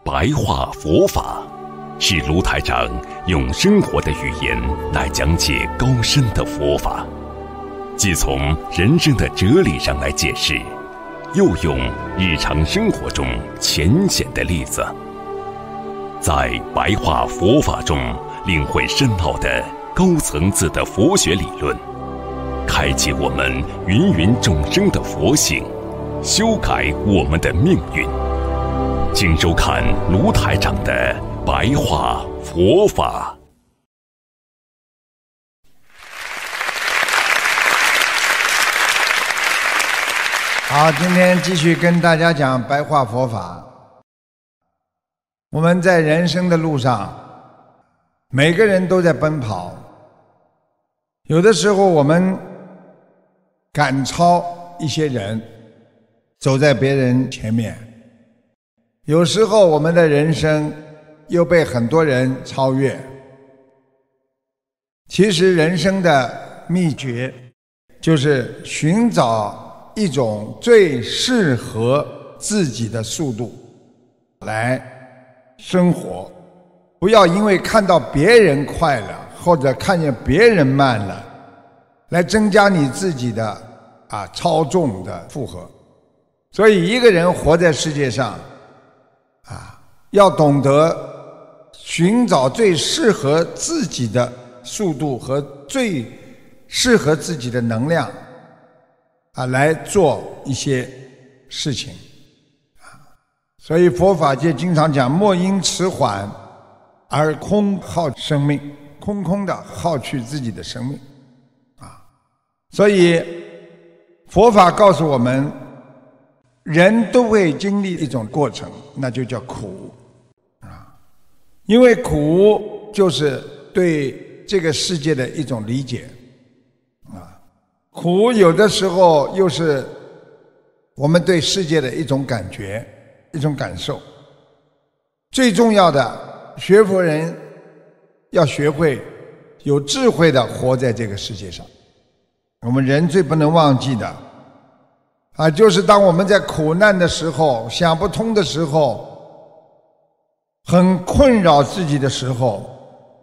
白话佛法，是卢台长用生活的语言来讲解高深的佛法，既从人生的哲理上来解释，又用日常生活中浅显的例子，在白话佛法中领会深奥的高层次的佛学理论，开启我们芸芸众生的佛性，修改我们的命运。请收看卢台长的白话佛法。 好，今天继续跟大家讲白话佛法。我们在人生的路上，每个人都在奔跑，有的时候我们赶超一些人，走在别人前面，有时候我们的人生又被很多人超越。其实人生的秘诀就是寻找一种最适合自己的速度来生活，不要因为看到别人快了或者看见别人慢了来增加你自己的超重的负荷。所以一个人活在世界上要懂得寻找最适合自己的速度和最适合自己的能量来做一些事情所以佛法界经常讲，莫因迟缓而空耗生命，空空的耗去自己的生命所以佛法告诉我们，人都会经历一种过程，那就叫苦因为苦就是对这个世界的一种理解苦有的时候又是我们对世界的一种感觉，一种感受。最重要的，学佛人要学会有智慧的活在这个世界上。我们人最不能忘记的就是当我们在苦难的时候，想不通的时候，很困扰自己的时候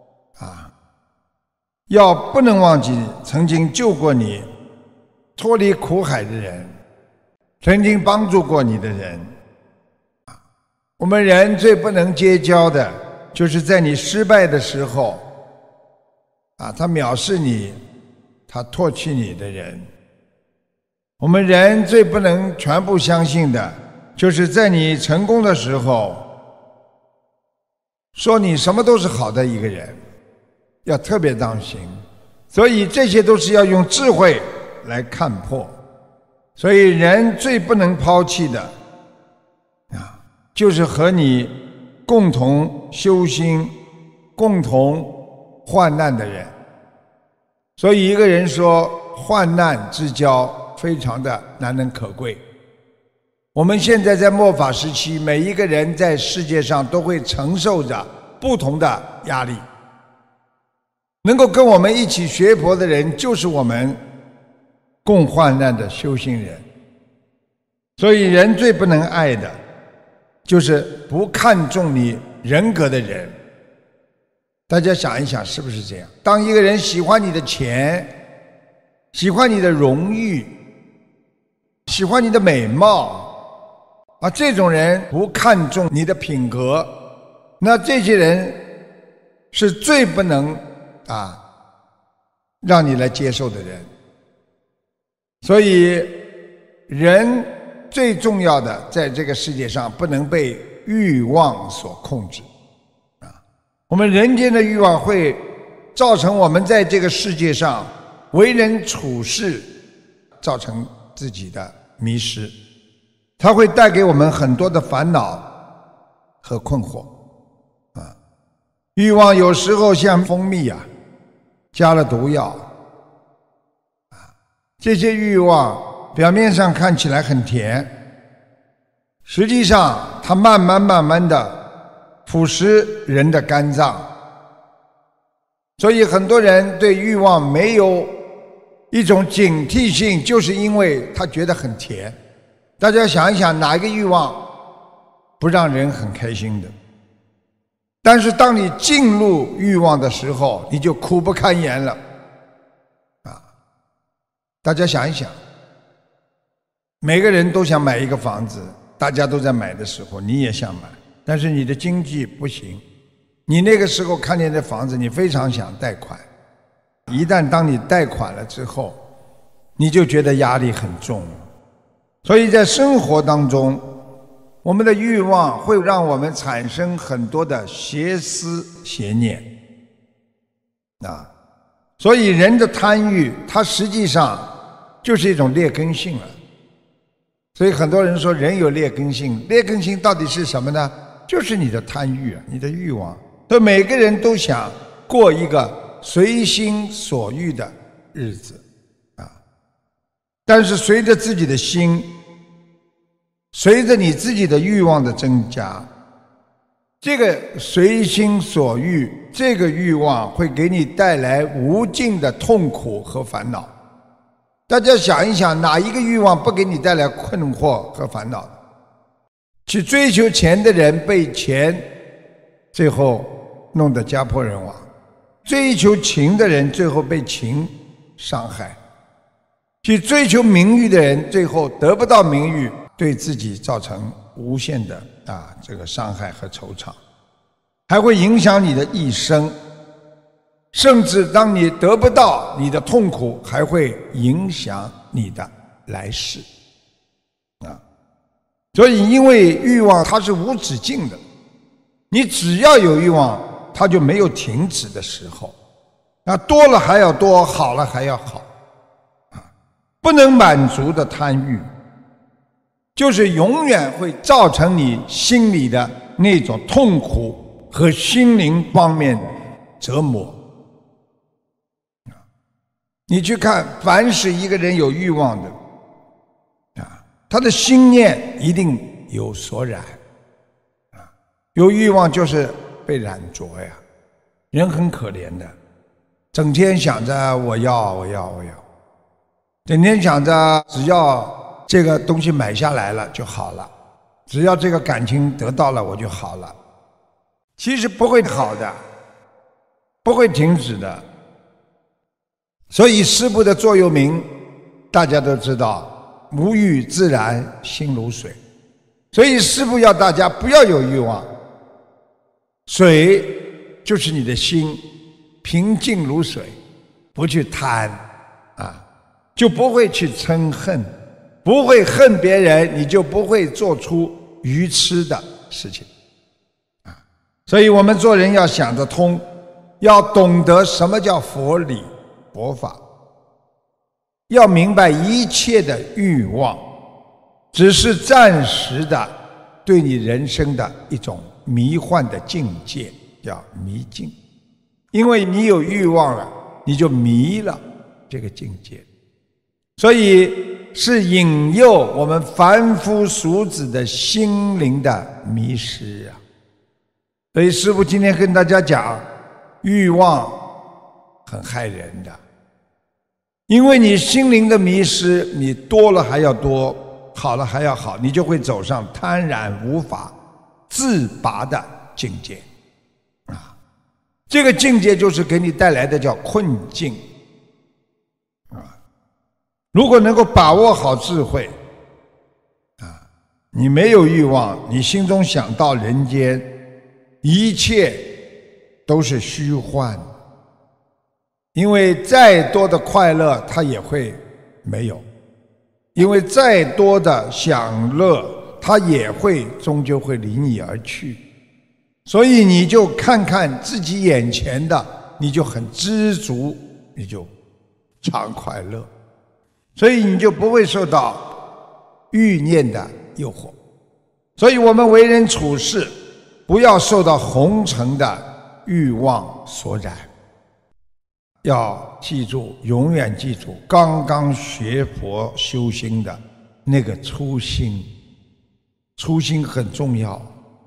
要不能忘记曾经救过你脱离苦海的人，曾经帮助过你的人我们人最不能结交的，就是在你失败的时候他藐视你，他唾弃你的人。我们人最不能全部相信的，就是在你成功的时候说你什么都是好的一个人，要特别当心。所以这些都是要用智慧来看破。所以人最不能抛弃的就是和你共同修心、共同患难的人。所以一个人说患难之交非常的难能可贵。我们现在在末法时期，每一个人在世界上都会承受着不同的压力。能够跟我们一起学佛的人，就是我们共患难的修行人。所以人最不能爱的，就是不看重你人格的人。大家想一想，是不是这样？当一个人喜欢你的钱，喜欢你的荣誉，喜欢你的美貌这种人不看重你的品格，那这些人是最不能让你来接受的人。所以人最重要的，在这个世界上不能被欲望所控制我们人间的欲望会造成我们在这个世界上为人处事造成自己的迷失，它会带给我们很多的烦恼和困惑欲望有时候像蜂蜜加了毒药这些欲望表面上看起来很甜，实际上它慢慢的腐蚀人的肝脏。所以很多人对欲望没有一种警惕性，就是因为他觉得很甜。大家想一想，哪一个欲望不让人很开心的。但是当你进入欲望的时候，你就苦不堪言了啊！大家想一想，每个人都想买一个房子，大家都在买的时候，你也想买，但是你的经济不行，你那个时候看见这房子，你非常想贷款。一旦当你贷款了之后，你就觉得压力很重。所以在生活当中，我们的欲望会让我们产生很多的邪思邪念啊，所以人的贪欲，它实际上就是一种劣根性了。所以很多人说人有劣根性，劣根性到底是什么呢？就是你的贪欲啊，你的欲望。所以每个人都想过一个随心所欲的日子啊，但是随着自己的心，随着你自己的欲望的增加，这个随心所欲，这个欲望会给你带来无尽的痛苦和烦恼。大家想一想，哪一个欲望不给你带来困惑和烦恼？去追求钱的人被钱最后弄得家破人亡，追求情的人最后被情伤害，去追求名誉的人最后得不到名誉，对自己造成无限的这个伤害和惆怅，还会影响你的一生。甚至当你得不到，你的痛苦还会影响你的来世啊！所以因为欲望它是无止境的，你只要有欲望，它就没有停止的时候。多了还要多，好了还要好啊！不能满足的贪欲，就是永远会造成你心里的那种痛苦和心灵方面的折磨。你去看，凡是一个人有欲望的他的心念一定有所染有欲望就是被染着呀。人很可怜的，整天想着我要，整天想着只要这个东西买下来了就好了，只要这个感情得到了我就好了。其实不会好的，不会停止的。所以师父的座右铭大家都知道，无欲自然心如水。所以师父要大家不要有欲望，水就是你的心平静如水，不去贪就不会去嗔恨，不会恨别人，你就不会做出愚痴的事情所以我们做人要想得通，要懂得什么叫佛理佛法，要明白一切的欲望只是暂时的对你人生的一种迷幻的境界，叫迷境。因为你有欲望了，你就迷了这个境界，所以是引诱我们凡夫俗子的心灵的迷失所以师父今天跟大家讲，欲望很害人的，因为你心灵的迷失，你多了还要多，好了还要好，你就会走上贪婪无法自拔的境界这个境界就是给你带来的叫困境如果能够把握好智慧你没有欲望，你心中想到人间一切都是虚幻，因为再多的快乐它也会没有，因为再多的享乐它也会终究会离你而去，所以你就看看自己眼前的，你就很知足，你就常快乐，所以你就不会受到欲念的诱惑。所以我们为人处事不要受到红尘的欲望所染，要记住，永远记住刚刚学佛修心的那个初心，初心很重要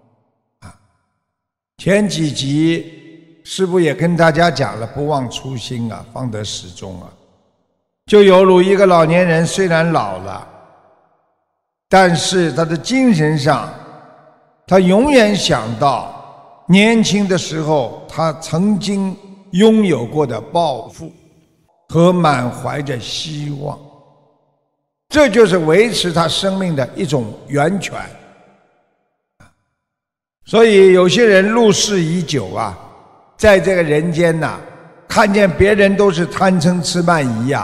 前几集师父也跟大家讲了，不忘初心方得始终就犹如一个老年人虽然老了，但是他的精神上他永远想到年轻的时候他曾经拥有过的抱负和满怀着希望，这就是维持他生命的一种源泉。所以有些人入世已久啊，在这个人间呐，看见别人都是贪嗔痴慢疑呀，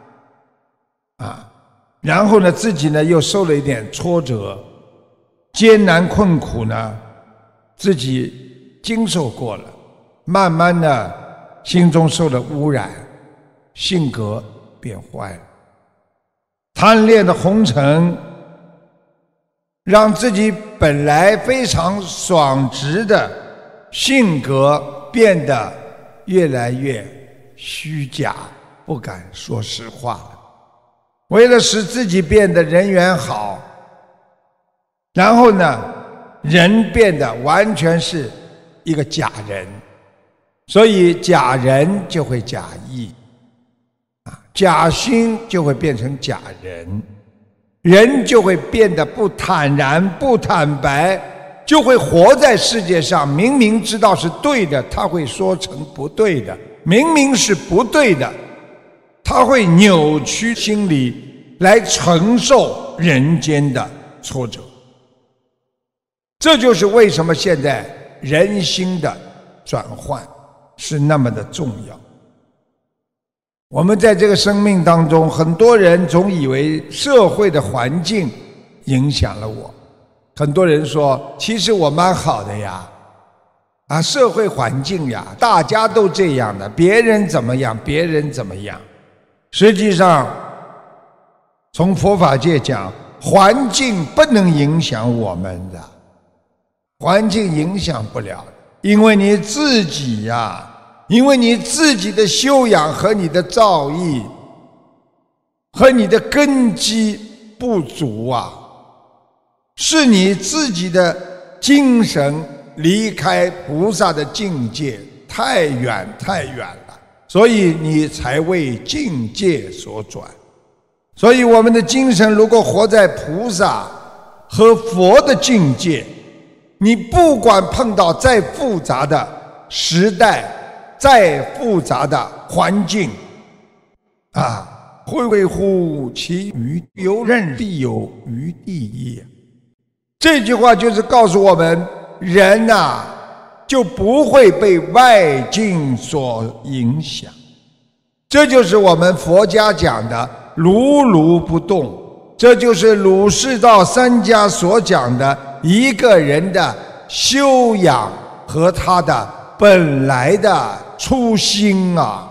然后呢自己呢又受了一点挫折，艰难困苦呢自己经受过了，慢慢的心中受了污染，性格变坏了，贪恋的红尘让自己本来非常爽直的性格变得越来越虚假，不敢说实话了。为了使自己变得人缘好，然后呢人变得完全是一个假人，所以假人就会假意，假心就会变成假人，人就会变得不坦然不坦白，就会活在世界上，明明知道是对的他会说成不对的，明明是不对的他会扭曲心理来承受人间的挫折。这就是为什么现在人心的转换是那么的重要。我们在这个生命当中，很多人总以为社会的环境影响了我，很多人说其实我蛮好的呀，社会环境呀，大家都这样的，别人怎么样别人怎么样。实际上从佛法界讲，环境不能影响我们的，环境影响不了，因为你自己呀，因为你自己的修养和你的造诣和你的根基不足啊，是你自己的精神离开菩萨的境界太远太远了，所以你才为境界所转。所以我们的精神如果活在菩萨和佛的境界，你不管碰到再复杂的时代，再复杂的环境会乎其于游刃必有余地也。这句话就是告诉我们，人就不会被外境所影响。这就是我们佛家讲的如如不动，这就是儒释道三家所讲的一个人的修养和他的本来的初心啊。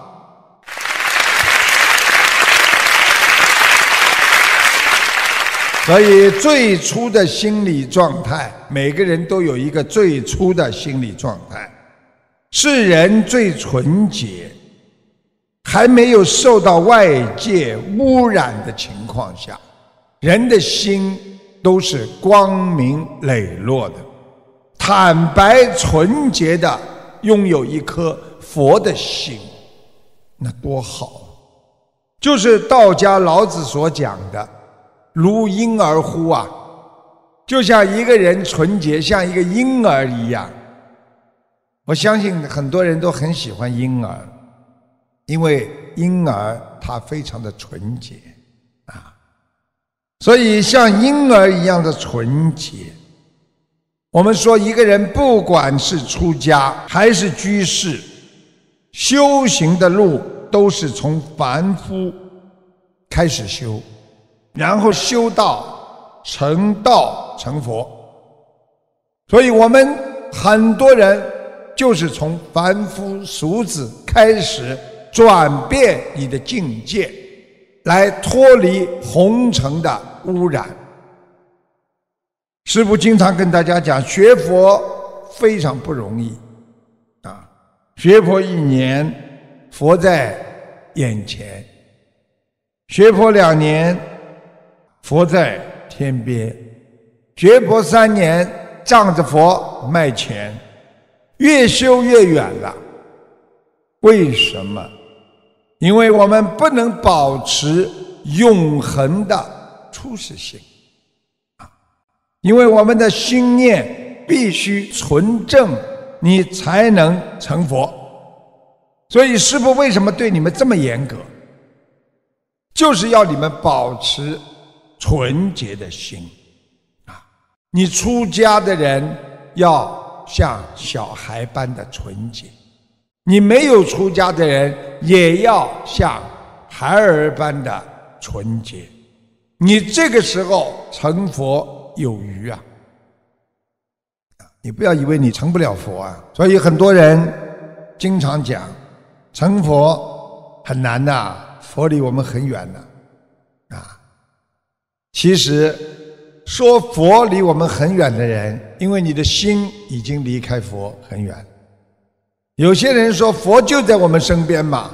所以最初的心理状态，每个人都有一个最初的心理状态，是人最纯洁，还没有受到外界污染的情况下，人的心都是光明磊落的，坦白纯洁的拥有一颗佛的心，那多好。就是道家老子所讲的如婴儿乎啊，就像一个人纯洁，像一个婴儿一样。我相信很多人都很喜欢婴儿，因为婴儿他非常的纯洁所以像婴儿一样的纯洁。我们说一个人不管是出家还是居士，修行的路都是从凡夫开始修，然后修道成道成佛。所以我们很多人就是从凡夫俗子开始转变你的境界，来脱离红尘的污染。师父经常跟大家讲，学佛非常不容易学佛1年佛在眼前，学佛2年佛在天边，学佛3年仗着佛卖钱，越修越远了。为什么？因为我们不能保持永恒的初始性因为我们的心念必须纯正，你才能成佛。所以师父为什么对你们这么严格？就是要你们保持纯洁的心啊！你出家的人要像小孩般的纯洁，你没有出家的人也要像孩儿般的纯洁。你这个时候成佛有余啊！你不要以为你成不了佛啊！所以很多人经常讲成佛很难呐，佛离我们很远呐啊！其实说佛离我们很远的人，因为你的心已经离开佛很远。有些人说佛就在我们身边嘛，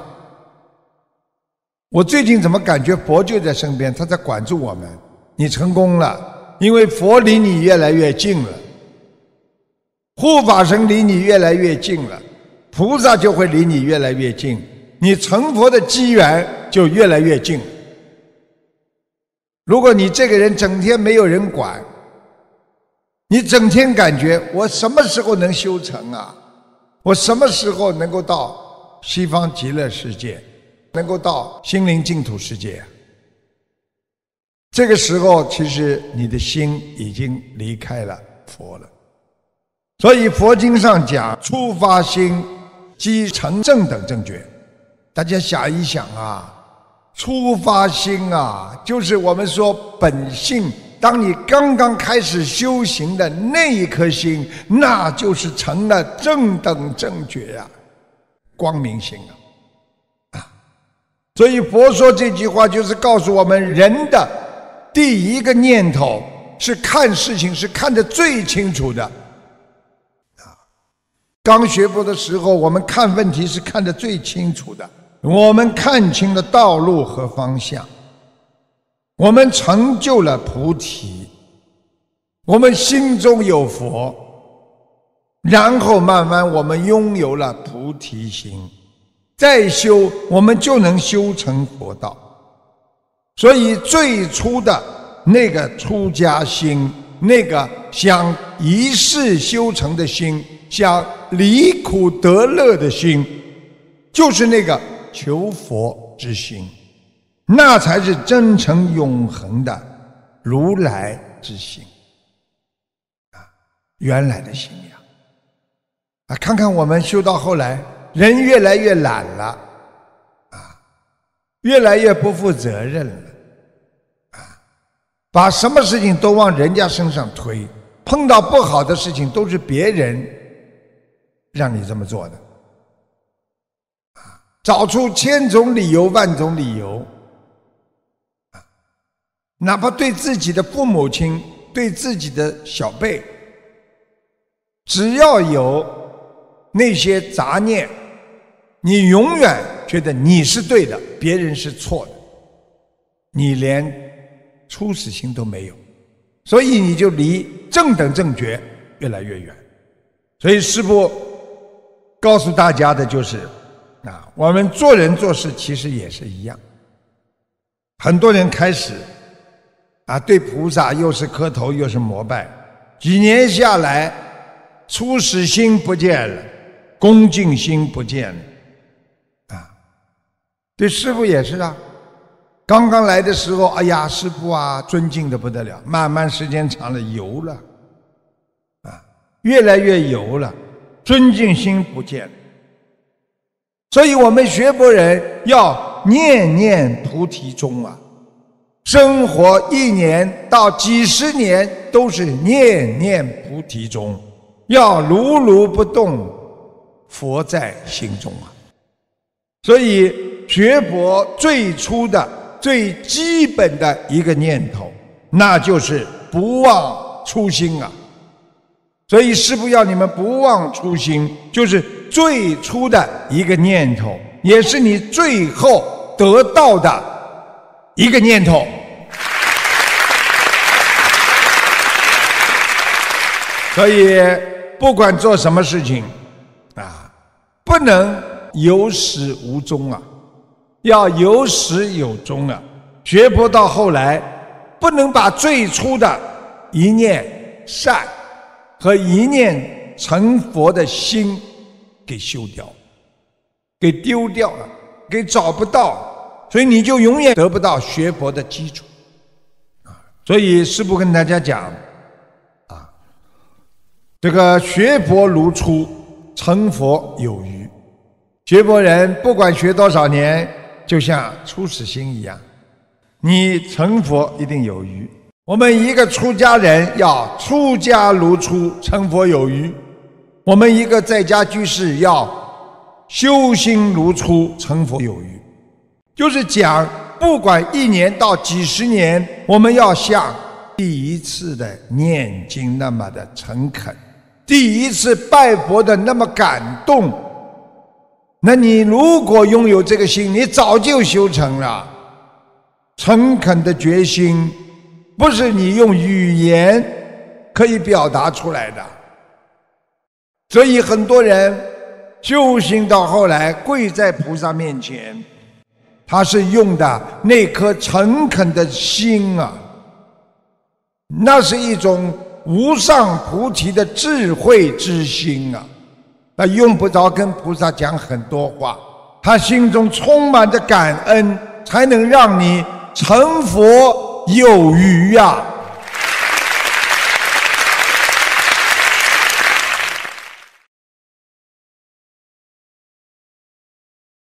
我最近怎么感觉佛就在身边，他在管住我们。你成功了，因为佛离你越来越近了，护法神离你越来越近了，菩萨就会离你越来越近，你成佛的机缘就越来越近。如果你这个人整天没有人管，你整天感觉我什么时候能修成啊？我什么时候能够到西方极乐世界，能够到心灵净土世界啊？这个时候其实你的心已经离开了佛了。所以佛经上讲初发心即成正等正觉。大家想一想啊，初发心啊，就是我们说本性，当你刚刚开始修行的那一颗心，那就是成了正等正觉啊，光明心啊。所以佛说这句话就是告诉我们，人的第一个念头是看事情是看得最清楚的。刚学佛的时候，我们看问题是看得最清楚的，我们看清了道路和方向，我们成就了菩提，我们心中有佛，然后慢慢我们拥有了菩提心，再修我们就能修成佛道。所以最初的那个出家心，那个想一世修成的心，想离苦得乐的心，就是那个求佛之心，那才是真诚永恒的如来之心啊，原来的信仰啊！看看我们修到后来，人越来越懒了啊，越来越不负责任了啊，把什么事情都往人家身上推，碰到不好的事情都是别人让你这么做的啊，找出千种理由万种理由啊，哪怕对自己的父母亲，对自己的小辈，只要有那些杂念，你永远觉得你是对的，别人是错的，你连初始心都没有，所以你就离正等正觉越来越远。所以师父告诉大家的就是啊，我们做人做事其实也是一样。很多人开始啊，对菩萨又是磕头又是膜拜，几年下来，初始心不见了，恭敬心不见了啊。对师父也是啊，刚刚来的时候，哎呀，师父啊，尊敬的不得了，慢慢时间长了，油了啊，越来越油了，尊敬心不见了。所以我们学佛人要念念菩提中啊，生活1年到几十年都是念念菩提中，要如如不动，佛在心中啊。所以学佛最初的最基本的一个念头，那就是不忘初心啊。所以师父要你们不忘初心，就是最初的一个念头，也是你最后得到的一个念头。所以不管做什么事情啊，不能有始无终啊，要有始有终啊。学佛到后来，不能把最初的一念善和一念成佛的心给修掉，给丢掉了，给找不到，所以你就永远得不到学佛的基础。所以师父跟大家讲这个学佛如初，成佛有余。学佛人不管学多少年，就像初始心一样，你成佛一定有余。我们一个出家人要出家如初，成佛有余；我们一个在家居士要修心如初，成佛有余。就是讲不管1年到几十年，我们要像第一次的念经那么的诚恳，第一次拜佛的那么感动。那你如果拥有这个心，你早就修成了。诚恳的决心不是你用语言可以表达出来的。所以很多人修行到后来跪在菩萨面前，他是用的那颗诚恳的心啊，那是一种无上菩提的智慧之心啊。他用不着跟菩萨讲很多话，他心中充满着感恩，才能让你成佛有余啊。